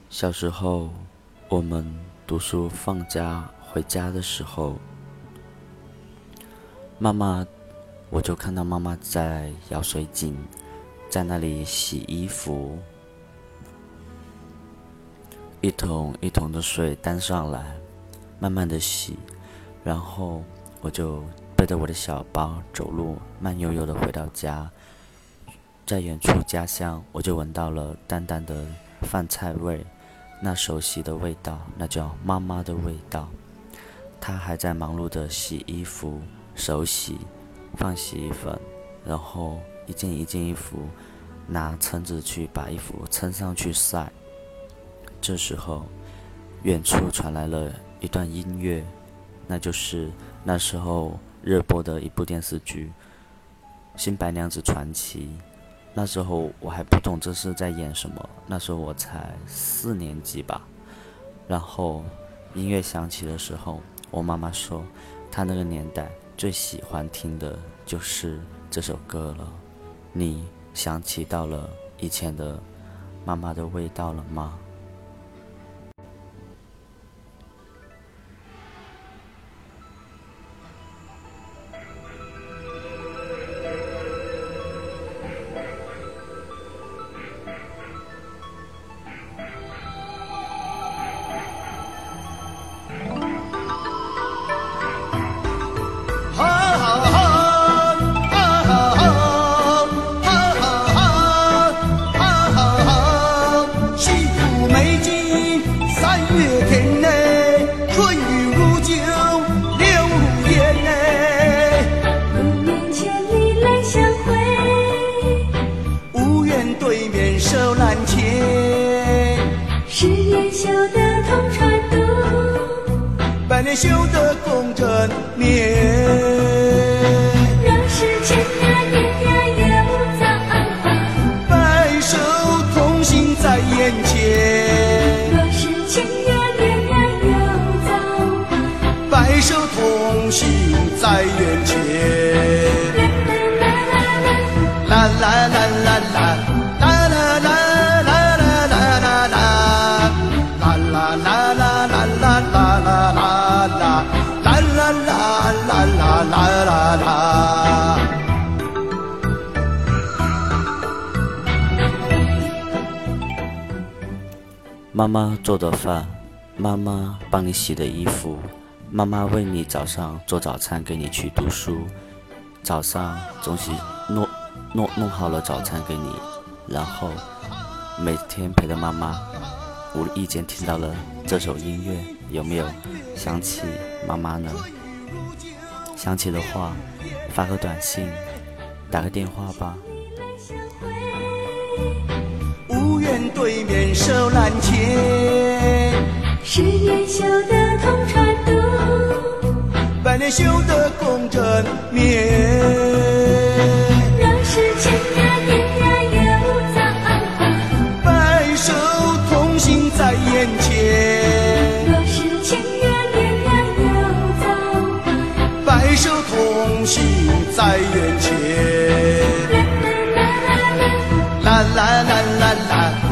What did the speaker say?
小时候，我们读书放假回家的时候，我就看到妈妈在舀水井，在那里洗衣服，一桶一桶的水担上来，慢慢的洗，然后我就背着我的小包走路，慢悠悠的回到家。在远处家乡，我就闻到了淡淡的饭菜味，那熟悉的味道，那叫妈妈的味道。她还在忙碌的洗衣服，手洗，放洗衣粉，然后一件一件衣服拿撑子去把衣服撑上去晒。这时候，远处传来了一段音乐，那就是那时候热播的一部电视剧《新白娘子传奇》。那时候我还不懂这是在演什么，那时候我才4年级吧。然后音乐响起的时候，我妈妈说她那个年代最喜欢听的就是这首歌了。你想起到了以前的妈妈的味道了吗？ 百年修得共枕眠， 若是千年年又造白首同行在眼前。 若是千年年又造白首同行在眼前。啦啦啦啦啦。 妈妈做的饭，妈妈帮你洗的衣服，妈妈为你早上做早餐给你去读书，早上总是弄好了早餐给你，然后每天陪着妈妈，无意间听到了这首音乐，有没有想起妈妈呢？想起的话，发个短信，打个电话吧。 无缘对面手难牵， 十年修得同船渡， 百年修得共枕眠。 若是千年又造白首同行在眼前。 若是千年又造白首同行在眼前。啦啦啦啦啦。